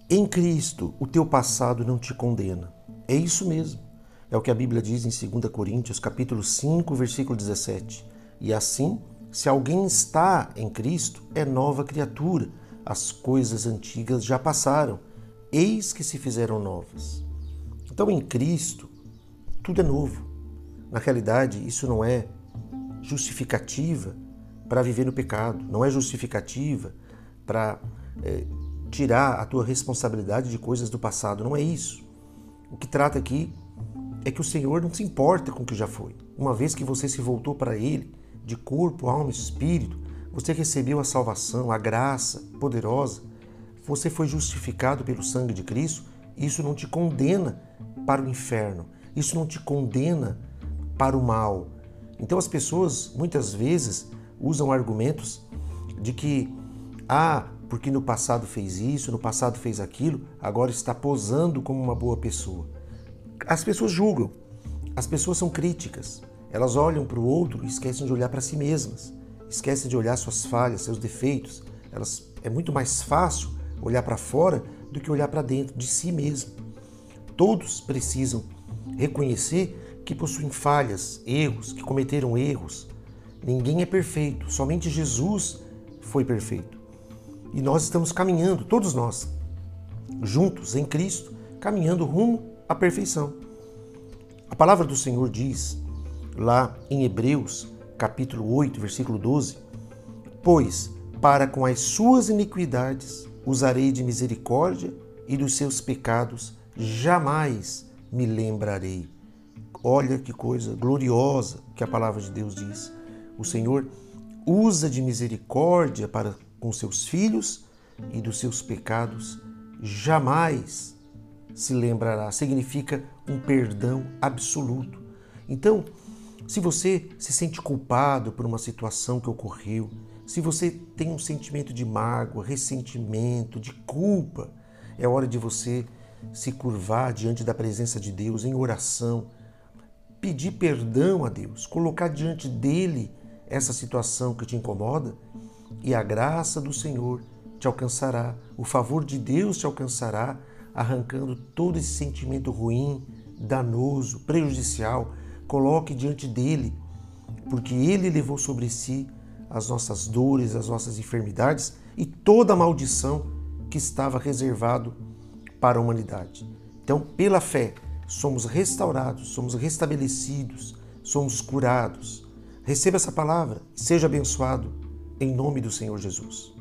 Em Cristo, o teu passado não te condena. É isso mesmo. É o que a Bíblia diz em 2 Coríntios, capítulo 5, versículo 17. E assim, se alguém está em Cristo, é nova criatura. As coisas antigas já passaram, eis que se fizeram novas. Então, em Cristo, tudo é novo. Na realidade, isso não é justificativa para viver no pecado, não é justificativa para tirar a tua responsabilidade de coisas do passado, não é isso. O que trata aqui é que o Senhor não se importa com o que já foi. Uma vez que você se voltou para Ele, de corpo, alma e espírito, você recebeu a salvação, a graça poderosa, você foi justificado pelo sangue de Cristo, isso não te condena para o inferno, isso não te condena para o mal. Então as pessoas muitas vezes usam argumentos de que, porque no passado fez isso, no passado fez aquilo, agora está posando como uma boa pessoa. As pessoas julgam, as pessoas são críticas, elas olham para o outro e esquecem de olhar para si mesmas, esquecem de olhar suas falhas, seus defeitos. É muito mais fácil olhar para fora do que olhar para dentro de si mesmo. Todos precisam reconhecer que possuem falhas, erros, que cometeram erros. Ninguém é perfeito, somente Jesus foi perfeito. E nós estamos caminhando, todos nós, juntos em Cristo, caminhando rumo à perfeição. A palavra do Senhor diz, lá em Hebreus, capítulo 8, versículo 12, pois para com as suas iniquidades usarei de misericórdia e dos seus pecados jamais me lembrarei. Olha que coisa gloriosa que a palavra de Deus diz. O Senhor usa de misericórdia para com seus filhos e dos seus pecados jamais se lembrará. Significa um perdão absoluto. Então, se você se sente culpado por uma situação que ocorreu, se você tem um sentimento de mágoa, ressentimento, de culpa, é hora de você se curvar diante da presença de Deus em oração, pedir perdão a Deus, colocar diante dele essa situação que te incomoda e a graça do Senhor te alcançará, o favor de Deus te alcançará, arrancando todo esse sentimento ruim, danoso, prejudicial. Coloque diante dele, porque ele levou sobre si as nossas dores, as nossas enfermidades e toda a maldição que estava reservado para a humanidade. Então, pela fé, somos restaurados, somos restabelecidos, somos curados. Receba essa palavra, seja abençoado em nome do Senhor Jesus.